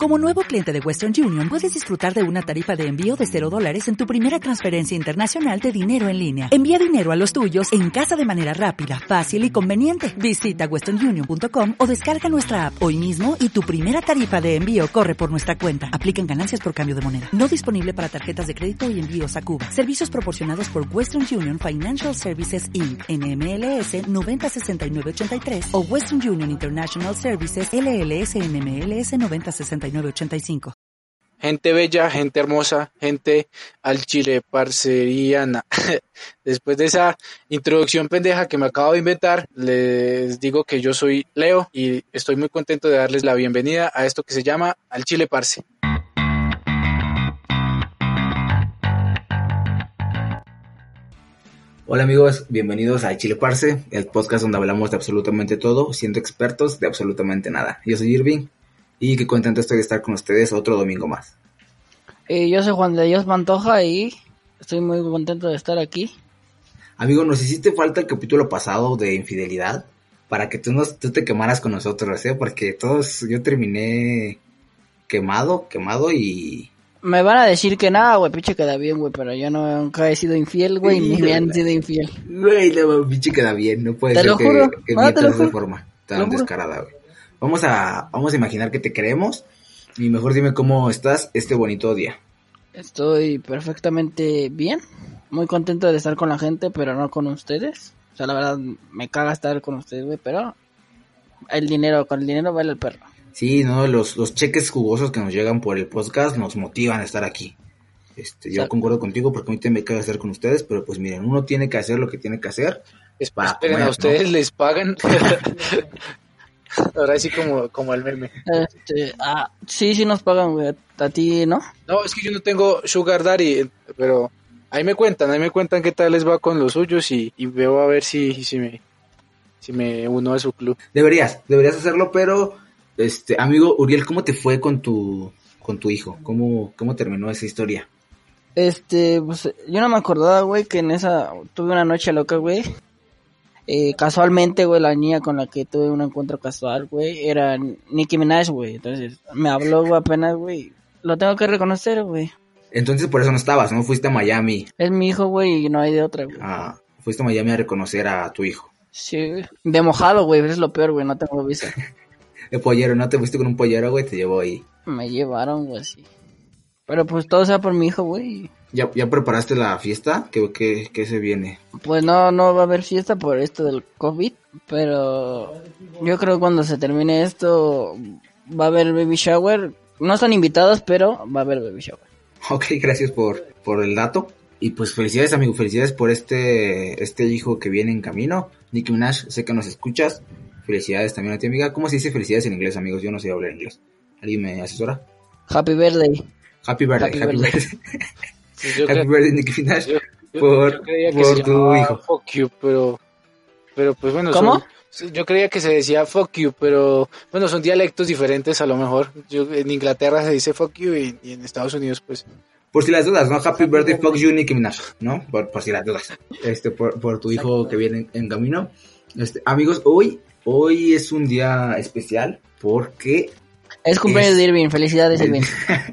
Como nuevo cliente de Western Union, puedes disfrutar de una tarifa de envío de $0 en tu primera transferencia internacional de dinero en línea. Envía dinero a los tuyos en casa de manera rápida, fácil y conveniente. Visita westernunion.com o descarga nuestra app hoy mismo y tu primera tarifa de envío corre por nuestra cuenta. Aplican ganancias por cambio de moneda. No disponible para tarjetas de crédito y envíos a Cuba. Servicios proporcionados por Western Union Financial Services Inc. NMLS 906983 o Western Union International Services LLS NMLS 906985. Gente bella, gente hermosa, gente al chile parceriana. Después de esa introducción pendeja que me acabo de inventar, les digo que yo soy Leo y estoy muy contento de darles la bienvenida a esto que se llama Al Chile Parce. Hola amigos, bienvenidos a Chile Parce, el podcast donde hablamos de absolutamente todo, siendo expertos de absolutamente nada. Yo soy Irving y qué contento estoy de estar con ustedes otro domingo más. Yo soy Juan de Dios Pantoja y estoy muy contento de estar aquí. Amigo, nos hiciste falta el capítulo pasado de infidelidad para que tú te quemaras con nosotros, porque yo terminé quemado y... Me van a decir que nada, güey, pinche queda bien, güey, pero yo nunca he sido infiel, güey, ni me han sido infiel. Güey, no, pinche queda bien, no puede ser que mientas de forma tan descarada, güey. Vamos a imaginar que te queremos y mejor dime cómo estás este bonito día. Estoy perfectamente bien, muy contento de estar con la gente, pero no con ustedes. O sea, la verdad, me caga estar con ustedes, güey, pero con el dinero vale el perro. Sí, no, los cheques jugosos que nos llegan por el podcast nos motivan a estar aquí. Yo concuerdo contigo porque a mí también me caga estar con ustedes, pero pues miren, uno tiene que hacer lo que tiene que hacer. Esperen, comer, ¿a ustedes no les pagan? Ahora sí como el meme. Sí nos pagan, güey. ¿A ti no? No, es que yo no tengo Sugar Daddy, pero ahí me cuentan qué tal les va con los suyos y veo a ver si me uno a su club. Deberías hacerlo, pero amigo Uriel, ¿cómo te fue con tu hijo? ¿Cómo terminó esa historia? Pues yo no me acordaba, güey, que en esa tuve una noche loca, güey. Casualmente, güey, la niña con la que tuve un encuentro casual, güey, era Nicki Minaj, güey. Entonces, me habló, güey, apenas, güey. Lo tengo que reconocer, güey. Entonces, por eso no estabas, ¿no? Fuiste a Miami. Es mi hijo, güey, y no hay de otra, güey. Fuiste a Miami a reconocer a tu hijo. Sí, güey. De mojado, güey, es lo peor, güey, no tengo visa. De pollero, ¿no? Te fuiste con un pollero, güey, te llevó ahí. Me llevaron, güey, sí. Pero pues todo sea por mi hijo, güey. ¿Ya preparaste la fiesta? ¿Qué se viene? Pues no va a haber fiesta por esto del COVID, pero yo creo que cuando se termine esto va a haber baby shower. No están invitados, pero va a haber baby shower. Ok, gracias por el dato. Y pues felicidades, amigo, felicidades por este hijo que viene en camino. Nicki Minaj, sé que nos escuchas. Felicidades también a ti, amiga. ¿Cómo se dice felicidades en inglés, amigos? Yo no sé hablar inglés. ¿Alguien me asesora? Happy birthday. Happy birthday. Sí, Happy birthday, Nicki Minaj, por tu hijo. Fuck you, pero pues bueno. ¿Cómo? Yo creía que se decía fuck you, pero bueno, son dialectos diferentes a lo mejor. En Inglaterra se dice fuck you y en Estados Unidos pues... Por si las dudas, ¿no? Happy birthday, fuck you, Nicki Minaj, ¿no? Por si las dudas. Por tu hijo que viene en camino. Amigos, hoy es un día especial porque... Es cumpleaños de Irving, felicidades Irving.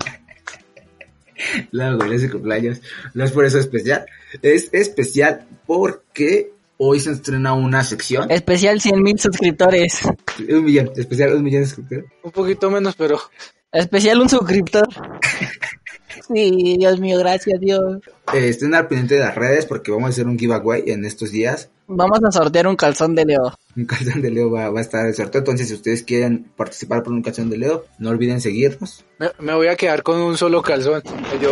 Claro, güey, ese cumpleaños no es por eso especial. Es especial porque hoy se estrena una sección. Especial 100,000 suscriptores. 1 millón, especial 1 millón de suscriptores. Un poquito menos, pero... Especial un suscriptor. Sí, Dios mío, gracias Dios. Estén al pendiente de las redes porque vamos a hacer un giveaway en estos días. Vamos a sortear un calzón de Leo. Un calzón de Leo va a estar el sorteo. Entonces, si ustedes quieren participar por un calzón de Leo, no olviden seguirnos. Me voy a quedar con un solo calzón. Yo.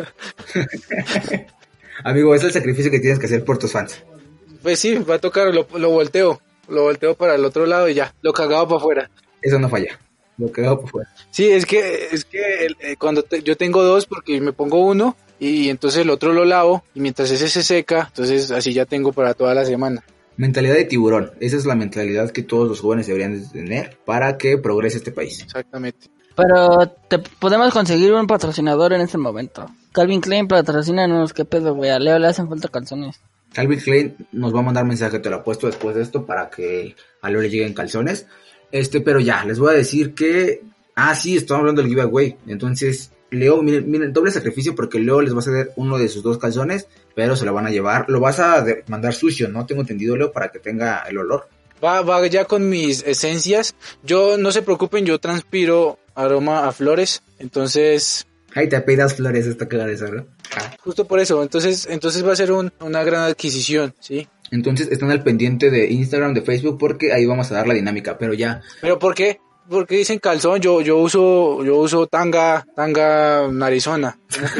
Amigo, es el sacrificio que tienes que hacer por tus fans. Pues sí, va a tocar, lo volteo. Lo volteo para el otro lado y ya. Lo cagado para afuera. Eso no falla. Lo cagado para afuera. Sí, es que cuando yo tengo dos, porque me pongo uno y entonces el otro lo lavo y mientras ese se seca, entonces así ya tengo para toda la semana. Mentalidad de tiburón. Esa es la mentalidad que todos los jóvenes deberían de tener para que progrese este país. Exactamente. Pero podemos conseguir un patrocinador en este momento. Calvin Klein, patrocínanos, qué pedo, güey. A Leo le hacen falta calzones. Calvin Klein nos va a mandar mensaje, te lo apuesto después de esto para que a Leo le lleguen calzones. Pero ya, les voy a decir que Ah, sí, estamos hablando del giveaway. Entonces, Leo, miren, doble sacrificio porque Leo les va a ceder uno de sus 2 calzones, pero se lo van a llevar. Lo vas a mandar sucio, ¿no? Tengo entendido, Leo, para que tenga el olor. Va ya con mis esencias. Yo, no se preocupen, yo transpiro aroma a flores. Entonces, Ay, te pedas flores, esta cagada de eso, ¿no? justo por eso. Entonces va a ser una gran adquisición, ¿sí? Entonces, están al pendiente de Instagram, de Facebook, porque ahí vamos a dar la dinámica, pero ya... ¿Pero por qué? ¿Por qué dicen calzón? Yo uso tanga narizona.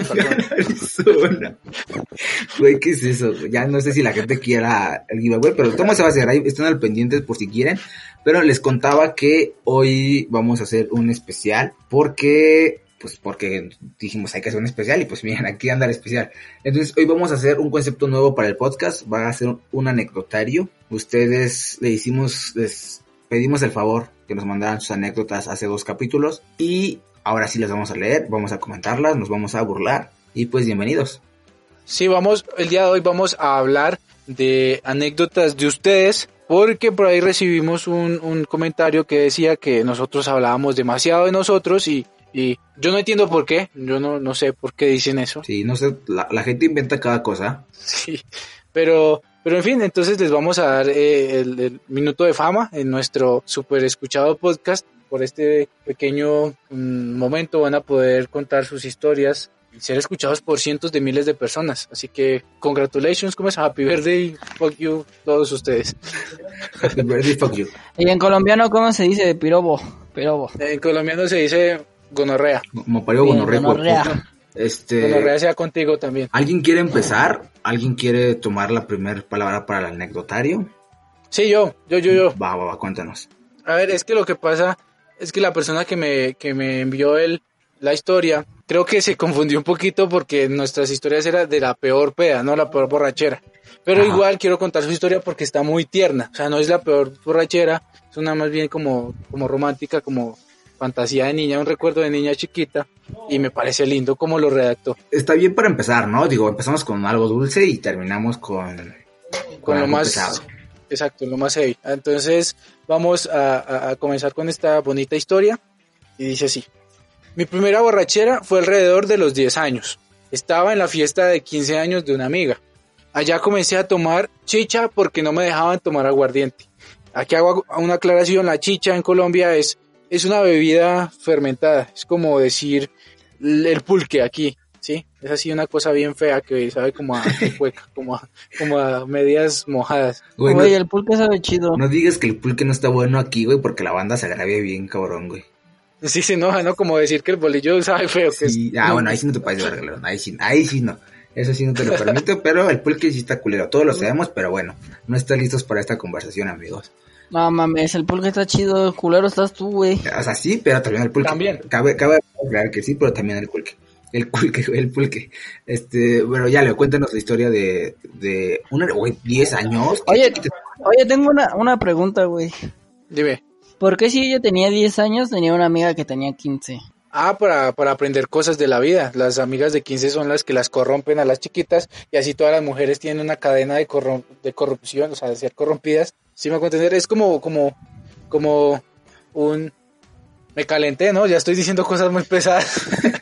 Arizona. Güey, ¿qué es eso? Ya no sé si la gente quiera el giveaway, pero ¿cómo se va a hacer? Ahí están al pendiente por si quieren. Pero les contaba que hoy vamos a hacer un especial porque dijimos hay que hacer un especial y pues miren, aquí anda el especial. Entonces hoy vamos a hacer un concepto nuevo para el podcast, va a ser un anecdotario. Ustedes les pedimos el favor que nos mandaran sus anécdotas hace 2 capítulos y ahora sí las vamos a leer, vamos a comentarlas, nos vamos a burlar y pues bienvenidos. Sí, el día de hoy vamos a hablar de anécdotas de ustedes, porque por ahí recibimos un comentario que decía que nosotros hablábamos demasiado de nosotros y yo no entiendo por qué, yo no sé por qué dicen eso. Sí, no sé, la gente inventa cada cosa. Sí, pero en fin, entonces les vamos a dar el minuto de fama en nuestro super escuchado podcast. Por este pequeño momento van a poder contar sus historias y ser escuchados por cientos de miles de personas. Así que, congratulations, como es, happy birthday, fuck you, todos ustedes. Happy birthday, fuck you. Y en colombiano, ¿cómo se dice? Pirobo. En colombiano se dice gonorrea. Como parió gonorrea. Gonorrea sea contigo también. ¿Alguien quiere empezar? ¿Alguien quiere tomar la primera palabra para el anecdotario? Sí, yo. Va, cuéntanos. A ver, es que lo que pasa es que la persona que me envió la historia, creo que se confundió un poquito porque nuestras historias eran de la peor peda, no la peor borrachera. Pero igual quiero contar su historia porque está muy tierna. O sea, no es la peor borrachera, es una más bien como romántica, como fantasía de niña, un recuerdo de niña chiquita, y me parece lindo como lo redactó. Está bien para empezar, ¿no? Digo, empezamos con algo dulce y terminamos con lo más pesado. Exacto, lo más heavy. Entonces vamos a comenzar con esta bonita historia y dice así: mi primera borrachera fue alrededor de los 10 años. Estaba en la fiesta de 15 años de una amiga. Allá comencé a tomar chicha porque no me dejaban tomar aguardiente. Aquí hago una aclaración: la chicha en Colombia es una bebida fermentada, es como decir el pulque aquí, ¿sí? Es así una cosa bien fea que sabe como a hueca, como a medias mojadas. Güey, el pulque sabe chido. No digas que el pulque no está bueno aquí, güey, porque la banda se agravia bien cabrón, güey. Sí se enoja, ¿no? Como decir que el bolillo sabe feo. Sí. Que es... bueno, ahí sí no te puedes ver, claro. Ahí sí no. Eso sí no te lo permito, pero el pulque sí está culero. Todos lo sabemos, pero bueno, no están listos para esta conversación, amigos. No mames, el pulque está chido, culero estás tú, güey. O sea, sí, pero también el pulque. También. Cabe aclarar que sí, pero también el pulque. El pulque. Bueno, ya le cuéntanos la historia de 10 años. Oye, tengo una pregunta, güey. Dime. ¿Por qué si ella tenía 10 años tenía una amiga que tenía 15? Para aprender cosas de la vida. Las amigas de 15 son las que las corrompen a las chiquitas y así todas las mujeres tienen una cadena de corrupción, o sea, de ser corrompidas. ¿Sí me hago entender? Es como un... Me calenté, ¿no? Ya estoy diciendo cosas muy pesadas.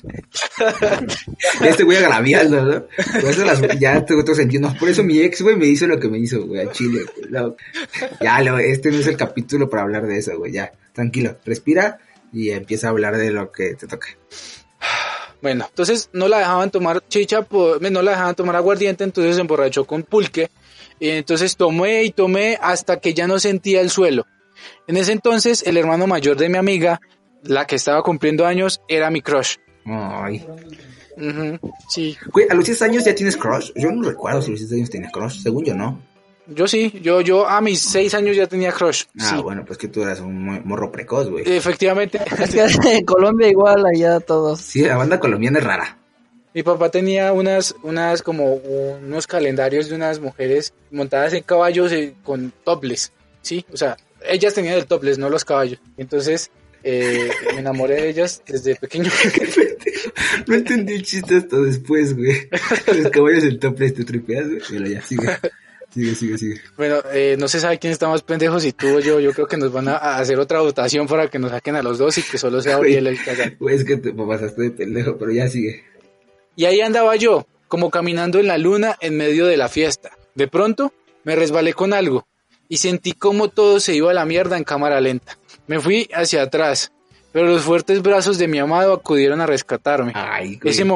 Este güey agraviando, ¿no? Por eso ya te entiendo. Por eso mi ex, güey, me hizo lo que me hizo, güey, a Chile. No. Ya, este no es el capítulo para hablar de eso, güey, ya. Tranquilo, respira y empieza a hablar de lo que te toca. Bueno, entonces no la dejaban tomar chicha, no la dejaban tomar aguardiente, entonces se emborrachó con pulque. Y entonces tomé hasta que ya no sentía el suelo. En ese entonces, el hermano mayor de mi amiga, la que estaba cumpliendo años, era mi crush. Ay. Sí. Güey, ¿a los 10 años ya tienes crush? Yo no recuerdo si a los 10 años tenía crush, según yo no. Yo sí, yo a mis 6 años ya tenía crush. Ah, sí. Pues que tú eras un morro precoz, güey. Efectivamente. Es que en Colombia igual, allá todos. Sí, la banda colombiana es rara. Mi papá tenía unos calendarios de unas mujeres montadas en caballos con topless, ¿sí? O sea, ellas tenían el topless, no los caballos. Entonces, me enamoré de ellas desde pequeño. No entendí el chiste hasta después, güey. Los caballos en topless te tripeas, güey. Pero ya, sigue. Sigue. Bueno, no se sabe quién está más pendejo, si tú o yo. Yo creo que nos van a hacer otra votación para que nos saquen a los dos y que solo sea Uriel el que haga. Güey, es que te pasaste de pendejo, pero ya sigue. Y ahí andaba yo, como caminando en la luna en medio de la fiesta. De pronto, me resbalé con algo y sentí como todo se iba a la mierda en cámara lenta. Me fui hacia atrás, pero los fuertes brazos de mi amado acudieron a rescatarme. Ay, güey. Ese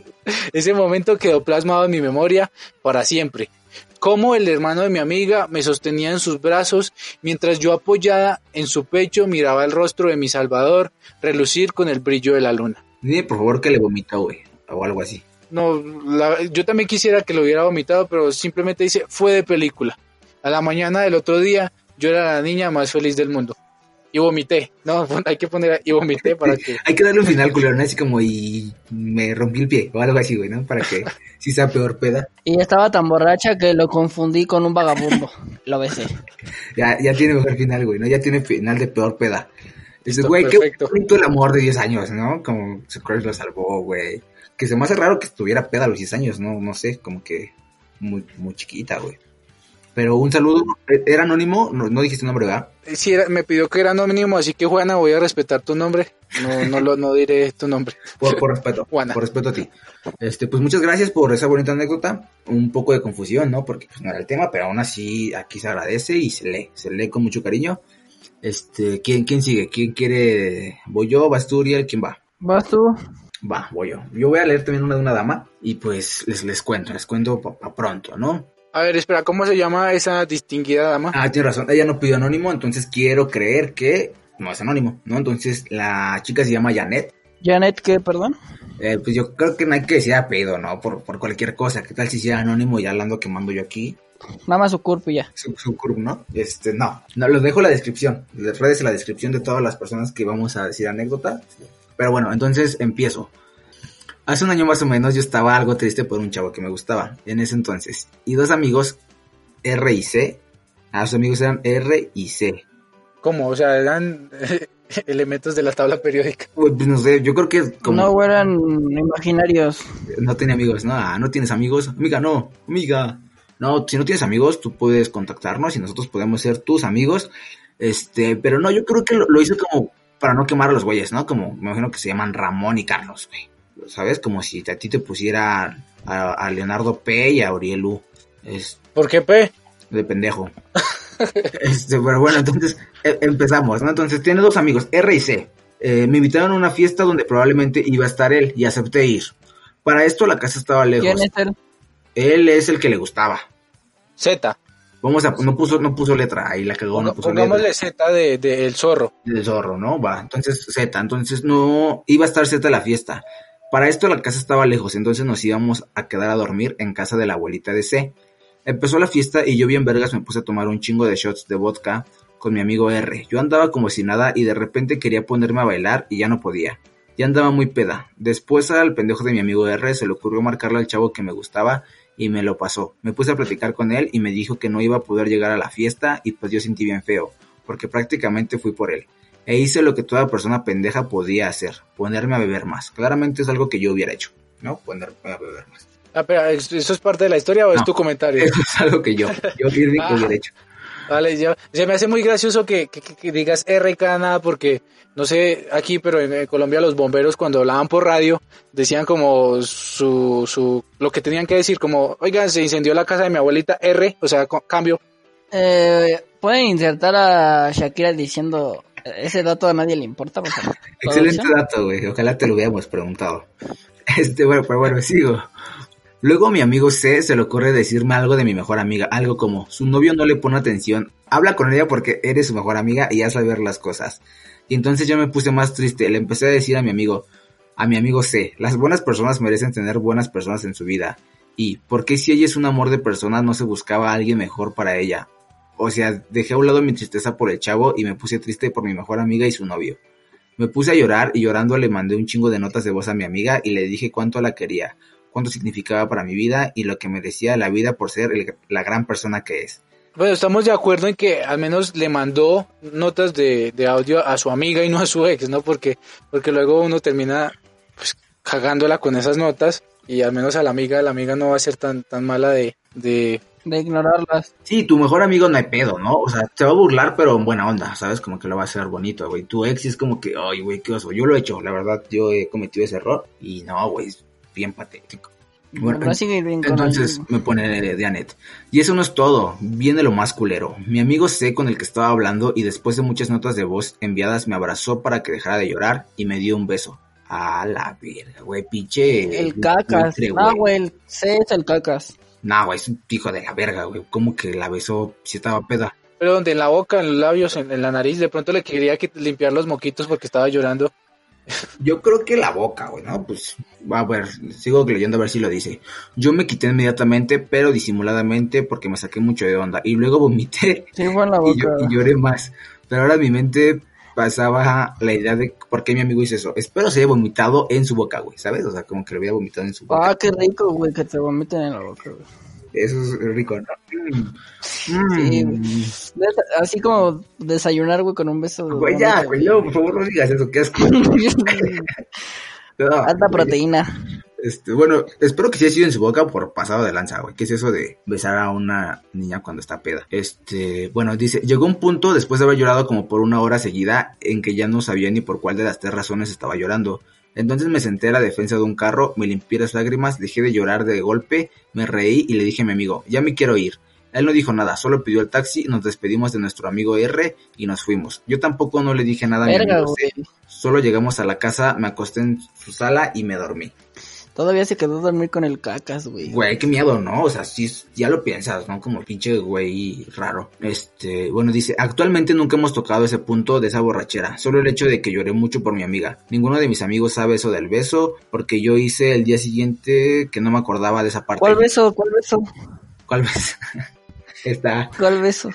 momento quedó plasmado en mi memoria para siempre. Cómo el hermano de mi amiga me sostenía en sus brazos mientras yo apoyada en su pecho miraba el rostro de mi salvador relucir con el brillo de la luna. Dime por favor que le vomitó, güey, o algo así. No, yo también quisiera que lo hubiera vomitado, pero simplemente dice, fue de película. A la mañana del otro día, yo era la niña más feliz del mundo. Y vomité. No, hay que poner y vomité para que... Hay que darle un final, culero, ¿no? Así como, y me rompí el pie, o algo así, güey, ¿no? Para que sí sea peor peda. Y estaba tan borracha que lo confundí con un vagabundo. Lo besé. Ya tiene mejor final, güey, ¿no? Ya tiene final de peor peda. Dices, Listo, güey, qué perfecto. bonito el amor de 10 años, ¿no? Como Socrates lo salvó, güey. Que se me hace raro que estuviera peda a los 10 años, no sé, como que muy chiquita, güey. Pero un saludo, ¿era anónimo? No dijiste nombre, ¿verdad? Sí, me pidió que era anónimo, así que Juana, voy a respetar tu nombre. No diré tu nombre. Por respeto, Juana. por respeto a ti. Pues muchas gracias por esa bonita anécdota. Un poco de confusión, ¿no? Porque pues no era el tema, pero aún así aquí se agradece y se lee con mucho cariño. ¿Quién sigue? ¿Quién quiere? ¿Voy yo? ¿Vas tú, Uriel? ¿Quién va? ¿Vas tú? Va, voy yo. Yo voy a leer también una de una dama y pues les cuento pa pronto, ¿no? A ver, espera, ¿cómo se llama esa distinguida dama? Ah, tienes razón, ella no pidió anónimo, entonces quiero creer que no es anónimo, ¿no? Entonces la chica se llama Janet. ¿Janet qué, perdón? Pues yo creo que no hay que decir apellido, ¿no? Por cualquier cosa. ¿Qué tal si sea anónimo? Ya la ando quemando yo aquí. Nada más su cuerpo y ya. Su curve, ¿no? No, los dejo en la descripción. Las redes en la descripción de todas las personas que vamos a decir anécdota. Pero bueno, entonces empiezo. Hace un año más o menos yo estaba algo triste por un chavo que me gustaba en ese entonces. Y dos amigos, R y C. Sus amigos eran R y C. ¿Cómo? O sea, eran elementos de la tabla periódica. Pues no sé, yo creo que como... No, eran imaginarios. No tenía amigos, ¿no? ¿No tienes amigos? Amiga, no. Amiga. No, si no tienes amigos, tú puedes contactarnos y nosotros podemos ser tus amigos. Pero no, yo creo que lo hice como para no quemar a los güeyes, ¿no? Como, me imagino que se llaman Ramón y Carlos, güey. ¿Sabes? Como si a ti te pusiera a Leonardo P y a Uriel U. ¿Por qué P? De pendejo. Pero bueno, entonces empezamos, ¿no? Entonces tiene dos amigos, R y C. Me invitaron a una fiesta donde probablemente iba a estar él y acepté ir. Para esto la casa estaba lejos. ¿Quién es él? Él es el que le gustaba. Z. No puso letra, ahí la cagó, no puso letra. Pongámosle Z de el zorro. Del zorro, ¿no? Va, entonces Z, entonces no iba a estar Z la fiesta. Para esto la casa estaba lejos, entonces nos íbamos a quedar a dormir en casa de la abuelita de C. Empezó la fiesta y yo bien vergas me puse a tomar un chingo de shots de vodka con mi amigo R. Yo andaba como si nada y de repente quería ponerme a bailar y ya no podía. Ya andaba muy peda. Después al pendejo de mi amigo R se le ocurrió marcarle al chavo que me gustaba y me lo pasó. Me puse a platicar con él y me dijo que no iba a poder llegar a la fiesta y pues yo sentí bien feo, porque prácticamente fui por él. E hice lo que toda persona pendeja podía hacer, ponerme a beber más. Claramente es algo que yo hubiera hecho, ¿no? Ponerme a beber más. Pero ¿eso es parte de la historia o es tu comentario? Eso es algo que yo hubiera hecho. Vale, se me hace muy gracioso que digas R y cada nada porque, no sé, aquí, pero en Colombia los bomberos cuando hablaban por radio decían como lo que tenían que decir, como, oigan, se incendió la casa de mi abuelita R, o sea, cambio. Pueden insertar a Shakira diciendo ese dato a nadie le importa, por favor. Excelente dato, güey, ojalá te lo hubiéramos preguntado. Bueno, sigo. Luego a mi amigo C se le ocurre decirme algo de mi mejor amiga, algo como, su novio no le pone atención, habla con ella porque eres su mejor amiga y ya sabe ver las cosas. Y entonces yo me puse más triste, le empecé a decir a mi amigo C, las buenas personas merecen tener buenas personas en su vida. Y, ¿por qué si ella es un amor de persona no se buscaba a alguien mejor para ella? O sea, dejé a un lado mi tristeza por el chavo y me puse triste por mi mejor amiga y su novio. Me puse a llorar y llorando le mandé un chingo de notas de voz a mi amiga y le dije cuánto la quería, cuánto significaba para mi vida y lo que me decía la vida por ser la gran persona que es. Bueno, estamos de acuerdo en que al menos le mandó notas de audio a su amiga y no a su ex, ¿no? Porque luego uno termina pues cagándola con esas notas y al menos a la amiga no va a ser tan mala de De ignorarlas. Sí, tu mejor amigo no hay pedo, ¿no? O sea, te va a burlar, pero en buena onda, ¿sabes? Como que lo va a hacer bonito, güey. Tu ex es como que, ay, güey, qué oso. Yo lo he hecho, la verdad, yo he cometido ese error y no, güey, es bien patético. Bueno, No sigue bien con entonces alguien. me pone Dianet. Y eso no es todo, viene lo más culero. Mi amigo C con el que estaba hablando y después de muchas notas de voz enviadas me abrazó para que dejara de llorar y me dio un beso. A la verga, güey, pinche. El cacas. buitre, No, güey, el C es el cacas. Nah, güey, es un hijo de la verga, güey. ¿Cómo que la besó si estaba peda? Pero donde en la boca, en los labios, en la nariz, de pronto le quería limpiar los moquitos porque estaba llorando. Yo creo que la boca, güey, ¿no? Pues, a ver, sigo leyendo a ver si lo dice. Yo me quité inmediatamente, pero disimuladamente porque me saqué mucho de onda. Y luego vomité Sí, fue en la y, boca. y lloré más. Pero ahora en mi mente pasaba la idea de por qué mi amigo hizo eso. Espero se haya vomitado en su boca, güey, ¿sabes? O sea, como que lo había vomitado en su boca. Ah, qué rico, güey, que te vomiten en la boca, güey. Eso es rico, ¿no? Sí, así como desayunar, güey, con un beso. Güey, ya, güey, no, por favor no digas eso, qué asco. No, Alta güey. proteína. Bueno, espero que sí haya sido en su boca por pasado de lanza, güey. ¿Qué es eso de besar a una niña cuando está peda? Bueno, dice, llegó un punto después de haber llorado como por 1 hora seguida en que ya no sabía ni por cuál de las 3 razones estaba llorando. Entonces me senté a la defensa de un carro, me limpié las lágrimas, dejé de llorar de golpe, me reí y le dije a mi amigo, ya me quiero ir. Él no dijo nada, solo pidió el taxi, nos despedimos de nuestro amigo R y nos fuimos. Yo tampoco no le dije nada a mi Verga, amigo C. güey. Solo llegamos a la casa, me acosté en su sala y me dormí. Todavía se quedó a dormir con el cacas, güey. Güey, qué miedo, ¿no? O sea, sí, ya lo piensas, ¿no? Como pinche güey raro. Bueno, dice, actualmente nunca hemos tocado ese punto de esa borrachera. Solo el hecho de que lloré mucho por mi amiga. Ninguno de mis amigos sabe eso del beso, porque yo hice el día siguiente que no me acordaba de esa parte. ¿Cuál beso? ¿Cuál beso? ¿Cuál beso? Está, ¿Cuál beso?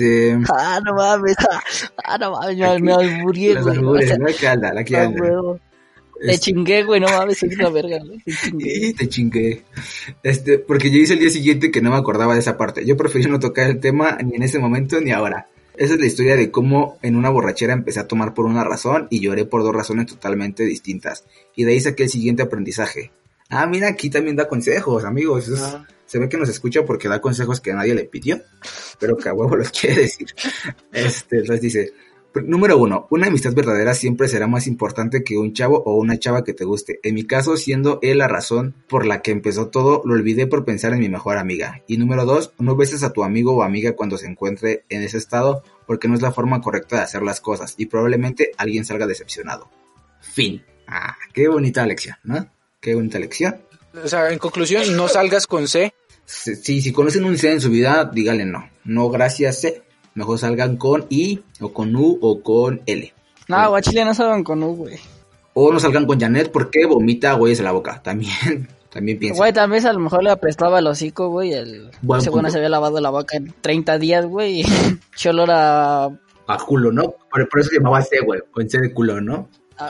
Ah, no mames. Ah, no mames, me alburié, Los güey. albures, O sea, ¿no? Aquí ah, anda. huevo. Te chingué, güey, no mames, soy una verga, güey. Te chingué. Y te chingué. Porque yo hice el día siguiente que no me acordaba de esa parte. Yo preferí no tocar el tema ni en ese momento ni ahora. Esa es la historia de cómo en una borrachera empecé a tomar por una razón y lloré por 2 razones totalmente distintas. Y de ahí saqué el siguiente aprendizaje. Ah, mira, aquí también da consejos, amigos. Se ve que nos escucha porque da consejos que nadie le pidió, pero que a huevo los quiere decir. Entonces dice... Número 1, una amistad verdadera siempre será más importante que un chavo o una chava que te guste. En mi caso, siendo él la razón por la que empezó todo, lo olvidé por pensar en mi mejor amiga. Y número 2, no beses a tu amigo o amiga cuando se encuentre en ese estado, porque no es la forma correcta de hacer las cosas, y probablemente alguien salga decepcionado. Fin. Ah, qué bonita lección, ¿no? Qué bonita lección. O sea, en conclusión, no salgas con C. Sí, si conocen un C en su vida, díganle no. No, gracias C. Mejor salgan con I, o con U, o con L. No, guachile, no salgan con U, güey. O no salgan con Janet porque vomita güeyes en la boca. También piensa. Güey, tal vez a lo mejor le apestaba el hocico, güey. Buen Ese güey no punto. se había lavado la boca en 30 días, güey. Y echó olor a... A culo, ¿no? Por eso se llamaba C, güey. Con C de culo, ¿no?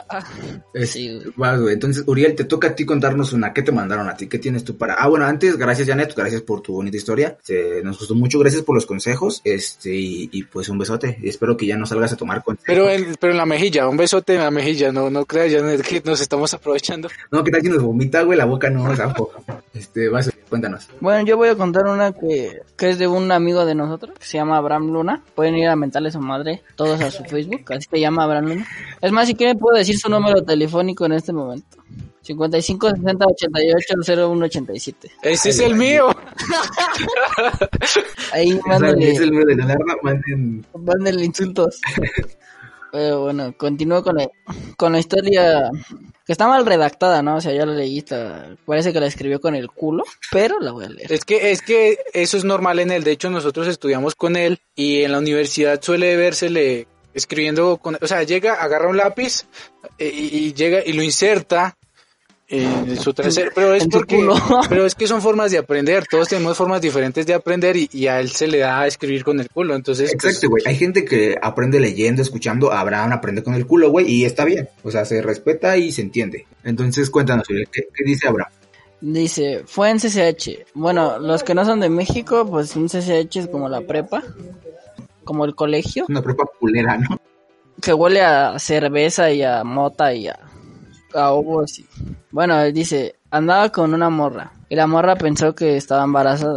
Sí, güey. Vas, güey. Entonces, Uriel, te toca a ti contarnos una. ¿Qué te mandaron a ti? ¿Qué tienes tú para...? Ah, bueno, antes, gracias, Janet. Gracias por tu bonita historia. Nos gustó mucho. Gracias por los consejos. Y pues un besote. Y espero que ya no salgas a tomar consejos. Pero en la mejilla, un besote en la mejilla. No creas, Janet, que nos estamos aprovechando. No, ¿qué tal si nos vomita, güey? La boca no, tampoco. Vas, cuéntanos. Bueno, yo voy a contar una que es de un amigo de nosotros, que se llama Abraham Luna. Pueden ir a mentarle a su madre, todos a su Facebook, así se llama Abraham Luna. Es más, si quieren puedo decir su número telefónico en este momento. 55 60 88 01 87. Ese es el mío. Ahí Es mándenle, el número de Leonardo. mándenle insultos. Pero bueno, continúo con la historia que está mal redactada, ¿no? O sea, ya la leí, parece que la escribió con el culo, pero la voy a leer. Es que eso es normal en él. De hecho, nosotros estudiamos con él y en la universidad suele vérsele escribiendo o sea, llega, agarra un lápiz y llega y lo inserta en su trasero, pero es que son formas de aprender, todos tenemos formas diferentes de aprender y a él se le da a escribir con el culo, entonces... Exacto, güey, hay gente que aprende leyendo, escuchando, Abraham aprende con el culo, güey, y está bien, o sea, se respeta y se entiende. Entonces, cuéntanos, ¿qué dice Abraham? Dice, fue en CCH. Bueno, los que no son de México, pues un CCH es como la prepa, como el colegio, Una prepa culera, ¿no? que huele a cerveza y a mota y a ovos. Bueno, dice, andaba con una morra y la morra pensó que estaba embarazada,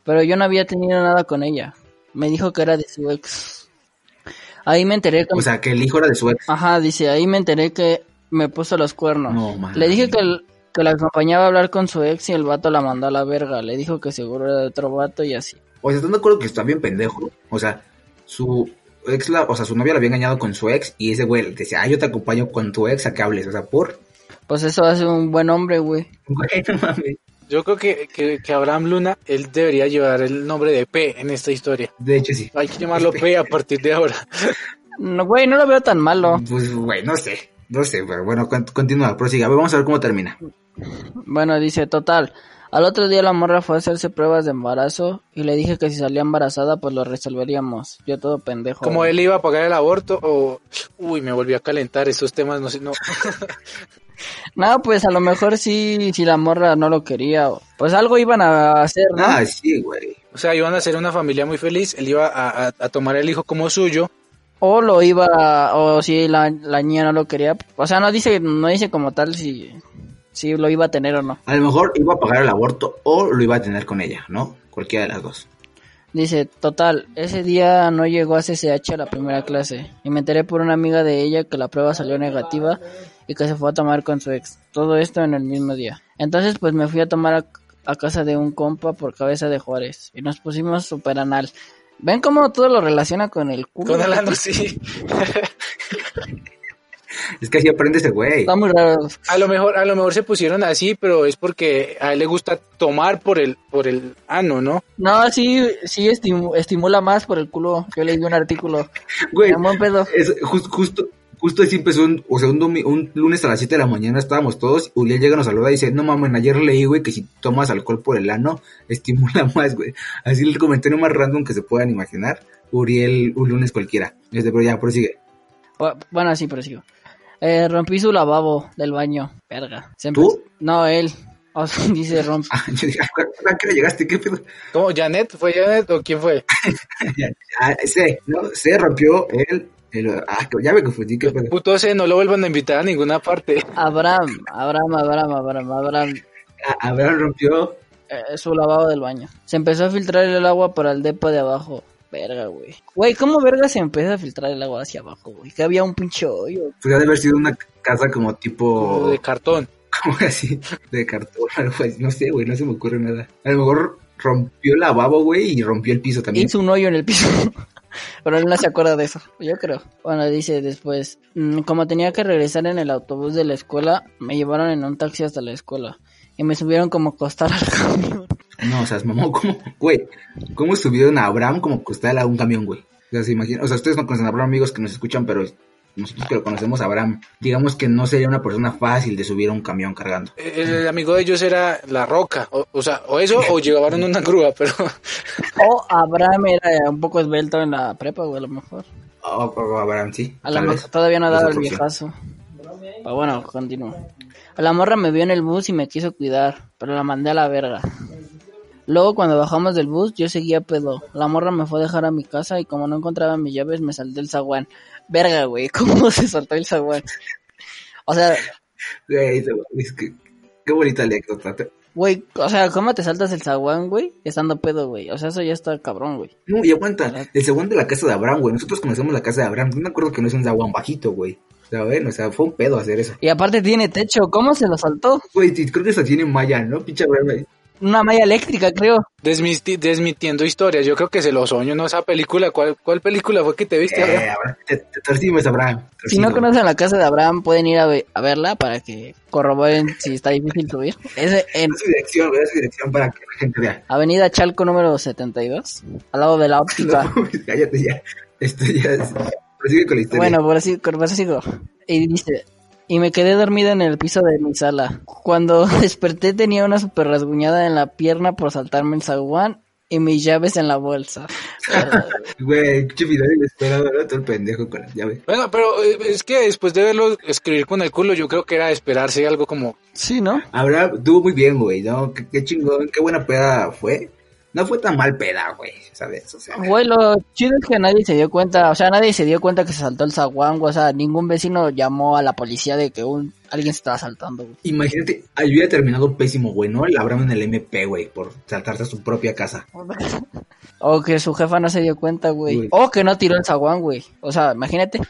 pero yo no había tenido nada con ella. Me dijo que era de su ex. Ahí me enteré que... O sea, que el hijo era de su ex. Ajá, dice, ahí me enteré que me puso los cuernos. No, man. Le dije que la acompañaba a hablar con su ex y el vato la mandó a la verga. Le dijo que seguro era de otro vato y así. O sea, ¿están de acuerdo que está bien pendejo? O sea, su ex, su novia la había engañado con su ex y ese güey le decía, yo te acompaño con tu ex a que hables. O sea, Pues eso hace un buen hombre, güey. Güey, no mames. Yo creo que Abraham Luna, él debería llevar el nombre de P en esta historia. De hecho, sí. Hay que llamarlo P a partir de ahora. No, güey, no lo veo tan malo. Pues, güey, no sé, pero bueno, continúa, prosiga. A ver, vamos a ver cómo termina. Bueno, dice, total. Al otro día la morra fue a hacerse pruebas de embarazo y le dije que si salía embarazada pues lo resolveríamos. Yo todo pendejo. Como él iba a pagar el aborto o... Uy, me volvió a calentar estos temas, no sé, no. No, pues a lo mejor sí, si la morra no lo quería. Pues algo iban a hacer, ¿no? Ah, sí, güey. O sea, iban a ser una familia muy feliz, él iba a tomar el hijo como suyo. O lo iba, o si la niña no lo quería. O sea, no dice como tal si lo iba a tener o no. A lo mejor iba a pagar el aborto o lo iba a tener con ella, ¿no? Cualquiera de las dos. Dice, total, ese día no llegó a CCH a la primera clase. Y me enteré por una amiga de ella que la prueba salió negativa y que se fue a tomar con su ex. Todo esto en el mismo día. Entonces pues me fui a tomar a casa de un compa por Cabeza de Juárez. Y nos pusimos super anal. ¿Ven cómo todo lo relaciona con el culo? Con el ano, sí. Es que así aprende ese güey. Está muy raro. A lo mejor se pusieron así, pero es porque a él le gusta tomar por el ano, ¿no? No, sí estimula más por el culo. Yo leí un artículo. Güey, buen pedo. Es justo así empezó, un lunes a las 7 de la mañana estábamos todos, Uriel llega, nos saluda y dice, no mames, ayer leí, güey, que si tomas alcohol por el ano, estimula más, güey. Así el comentario más random que se puedan imaginar, Uriel, un lunes cualquiera. Pero ya, prosigue. Bueno, sí, prosigo. Rompí su lavabo del baño, verga. ¿Tú? No, él. O sea, dice rompe. Yo dije, ¿a qué hora llegaste? ¿Qué pedo? ¿Cómo? ¿Janet? ¿Fue Janet o quién fue? Se rompió ya me confundí, ¿qué pedo? Puto C, no lo vuelvan a invitar a ninguna parte. Abraham. Abraham rompió. Su lavabo del baño. Se empezó a filtrar el agua para el depa de abajo. Verga, güey. Güey, ¿cómo verga se empieza a filtrar el agua hacia abajo, güey? Que había un pinche hoyo. Pues ha de haber sido una casa como tipo... De cartón. Como así, de cartón, algo así. No sé, güey, no se me ocurre nada. A lo mejor rompió el lavabo, güey, y rompió el piso también. Hizo un hoyo en el piso. Pero él no se acuerda de eso, yo creo. Bueno, dice después, como tenía que regresar en el autobús de la escuela, me llevaron en un taxi hasta la escuela. Y me subieron como costal al camión. No, o sea, mamá, ¿cómo subieron a Abraham como costal a un camión, güey? O sea, se imagina, o sea, ustedes no conocen a Abraham, amigos que nos escuchan, pero nosotros que lo conocemos a Abraham, digamos que no sería una persona fácil de subir a un camión cargando. El amigo de ellos era La Roca, o sea, o eso, o llevaron una grúa, pero... O Abraham era un poco esbelto en la prepa, güey, a lo mejor. O Abraham, sí. A lo mejor todavía no ha dado el viejazo. Pero bueno, continúo. A la morra me vio en el bus y me quiso cuidar, pero la mandé a la verga. Luego cuando bajamos del bus yo seguía pedo. La morra me fue a dejar a mi casa y como no encontraba mis llaves me salté el zaguán. Verga, güey, ¿cómo se saltó el zaguán? O sea... Güey, es que, qué bonita anécdota. Güey, o sea, ¿cómo te saltas el zaguán, güey? Estando pedo, güey. O sea, eso ya está cabrón, güey. No, y aguanta, el zaguán de la casa de Abraham, güey. Nosotros conocemos la casa de Abraham. Yo me acuerdo que no es un zaguán bajito, güey. O sea, fue un pedo hacer eso. Y aparte tiene techo, ¿cómo se lo saltó? Güey, creo que eso tiene malla, ¿no? Pinche Abraham. Una malla eléctrica, creo. Desmitiendo historias, yo creo que se lo soñó, ¿no? Esa película, ¿cuál película fue que te viste? Abraham, te torcimos, Abraham. Si no conocen la casa de Abraham, pueden ir a verla para que corroboren si está difícil subir. Es en su dirección para que la gente vea. Avenida Chalco número 72, al lado de la óptica. No, cállate ya. Esto ya es... Prosigue con la historia. Bueno, por así sigo. Y dice... Y me quedé dormida en el piso de mi sala. Cuando desperté tenía una super rasguñada en la pierna por saltarme el zaguán y mis llaves en la bolsa. Güey, qué video inesperado, ¿no? Todo el pendejo con las llaves. Bueno, pero es que después de verlo escribir con el culo, yo creo que era de esperarse algo como... Sí, ¿no? Abraham, estuvo muy bien, güey, ¿no? Qué chingón, qué buena peda fue. no fue tan mal peda, güey, ¿sabes? O sea, Güey, lo chido es que nadie se dio cuenta, o sea, nadie se dio cuenta que se saltó el zaguán, güey, o sea, ningún vecino llamó a la policía de que alguien se estaba saltando, güey. imagínate, hubiera terminado pésimo, güey, ¿no? El Abraham en el MP, güey, por saltarse a su propia casa. O que su jefa no se dio cuenta, güey. Uy. O que no tiró el zaguán, güey. O sea, imagínate.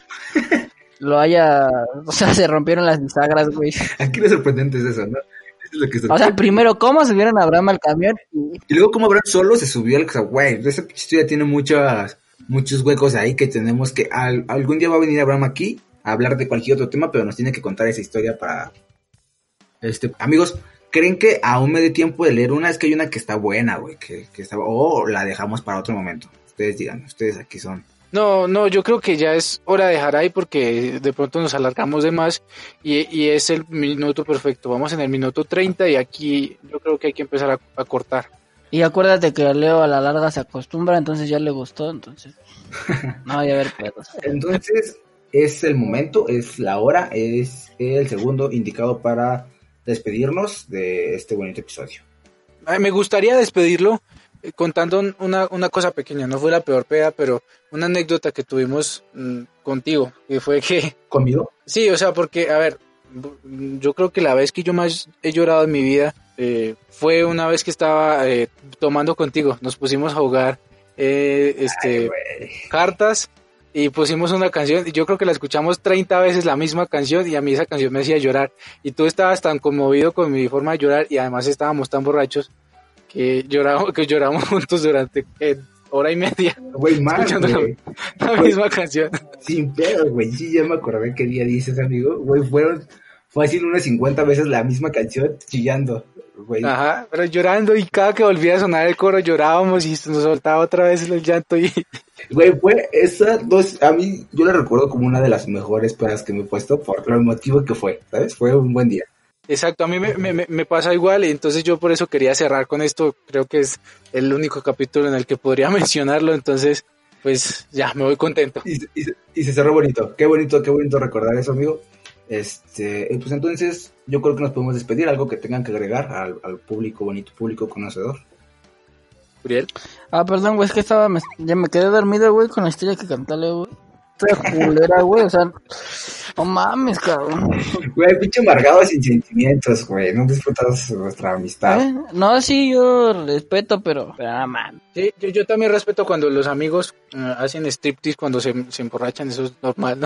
O sea, se rompieron las bisagras, güey. Aquí lo sorprendente es eso, ¿no? Eso es lo que O sea, primero, ¿cómo subieron a Abraham al camión? Y luego como Abraham solo se subió al... Güey, esa historia tiene muchos huecos ahí que tenemos que... algún día va a venir Abraham aquí a hablar de cualquier otro tema, pero nos tiene que contar esa historia para... Amigos, ¿creen que aún me dé tiempo de leer una? Es que hay una que está buena, güey, que está... O la dejamos para otro momento. Ustedes digan, ustedes aquí son... No, yo creo que ya es hora de dejar ahí porque de pronto nos alargamos de más y es el minuto perfecto. Vamos en el minuto 30 y aquí yo creo que hay que empezar a cortar. Y acuérdate que Leo a la larga se acostumbra, entonces ya le gustó, entonces... No vaya a haber pedos. Entonces, es el momento, es la hora, es el segundo indicado para despedirnos de este bonito episodio. Me gustaría despedirlo contando una cosa pequeña. No fue la peor peda, pero una anécdota que tuvimos contigo, que fue que... ¿Conmigo? Sí, o sea, porque, a ver, yo creo que la vez que yo más he llorado en mi vida fue una vez que estaba tomando contigo. Nos pusimos a jugar cartas y pusimos una canción y yo creo que la escuchamos 30 veces la misma canción y a mí esa canción me hacía llorar y tú estabas tan conmovido con mi forma de llorar y además estábamos tan borrachos que lloramos juntos durante hora y media Güey, más, escuchando güey. la misma canción. Sin pedo, güey. Sí, ya me acordé qué día dices, amigo. Güey, fueron fácil unas 50 veces la misma canción chillando, güey. Ajá, pero llorando y cada que volvía a sonar el coro llorábamos y nos soltaba otra vez el llanto y... Güey, fue esas dos, a mí yo la recuerdo como una de las mejores pedas que me he puesto por el motivo que fue, ¿sabes? Fue un buen día. Exacto, a mí me pasa igual y entonces yo por eso quería cerrar con esto, creo que es el único capítulo en el que podría mencionarlo, entonces pues ya me voy contento. Y se cerró bonito, qué bonito recordar eso, amigo. Pues entonces yo creo que nos podemos despedir, algo que tengan que agregar al público, bonito público conocedor. Uriel. Perdón, güey, es que ya me quedé dormido, güey, con la historia que cantarle, güey. Esta culera, güey, o sea, no mames, cabrón. Güey, pinche amargado sin sentimientos, güey, no disfrutas nuestra amistad. No, sí, yo respeto, pero nada más. Sí, yo también respeto cuando los amigos hacen striptease cuando se emborrachan, eso es normal, ¿no?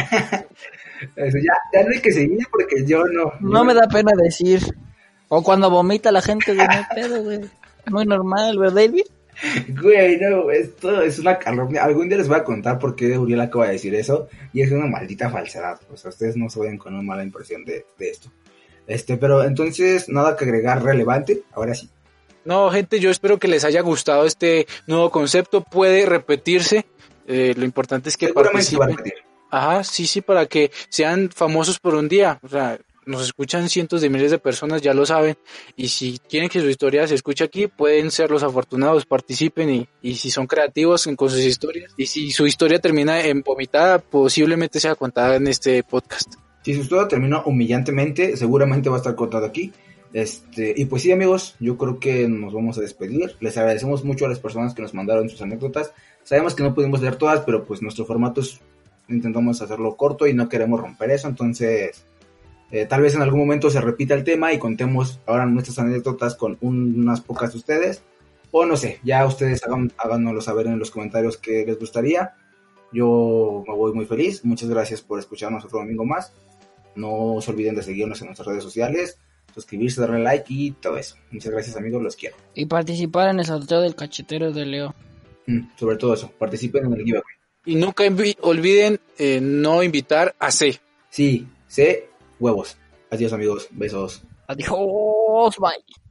Eso ya no hay que seguir porque yo no. No me da pena decir. O cuando vomita la gente, güey, no hay pedo, güey. Muy normal, ¿verdad, David? Güey, no, esto es una calumnia. Algún día les voy a contar por qué Uriel acaba de decir eso. Y es una maldita falsedad. O sea, ustedes no se vayan con una mala impresión de esto. Pero entonces, nada que agregar relevante. Ahora sí. No, gente, yo espero que les haya gustado este nuevo concepto. Puede repetirse. Lo importante es que seguramente va a participen. repetir. Ajá, sí, para que sean famosos por un día. O sea, nos escuchan cientos de miles de personas, ya lo saben. Y si quieren que su historia se escuche aquí, pueden ser los afortunados, participen y si son creativos con sus historias. Y si su historia termina en vomitada, posiblemente sea contada en este podcast. Si su historia termina humillantemente, seguramente va a estar contado aquí. Y pues sí, amigos, yo creo que nos vamos a despedir. Les agradecemos mucho a las personas que nos mandaron sus anécdotas. Sabemos que no pudimos leer todas, pero pues nuestro formato intentamos hacerlo corto y no queremos romper eso, entonces tal vez en algún momento se repita el tema y contemos ahora nuestras anécdotas con unas pocas de ustedes, o no sé, ya ustedes háganoslo saber en los comentarios qué les gustaría. Yo me voy muy feliz, muchas gracias por escucharnos otro domingo más, no se olviden de seguirnos en nuestras redes sociales, suscribirse, darle like y todo eso. Muchas gracias, amigos, los quiero. Y participar en el sorteo del cachetero de Leo. Sobre todo eso, participen en el giveaway. Y nunca olviden no invitar a C. Sí, huevos. Adiós, amigos. Besos. Adiós, bye.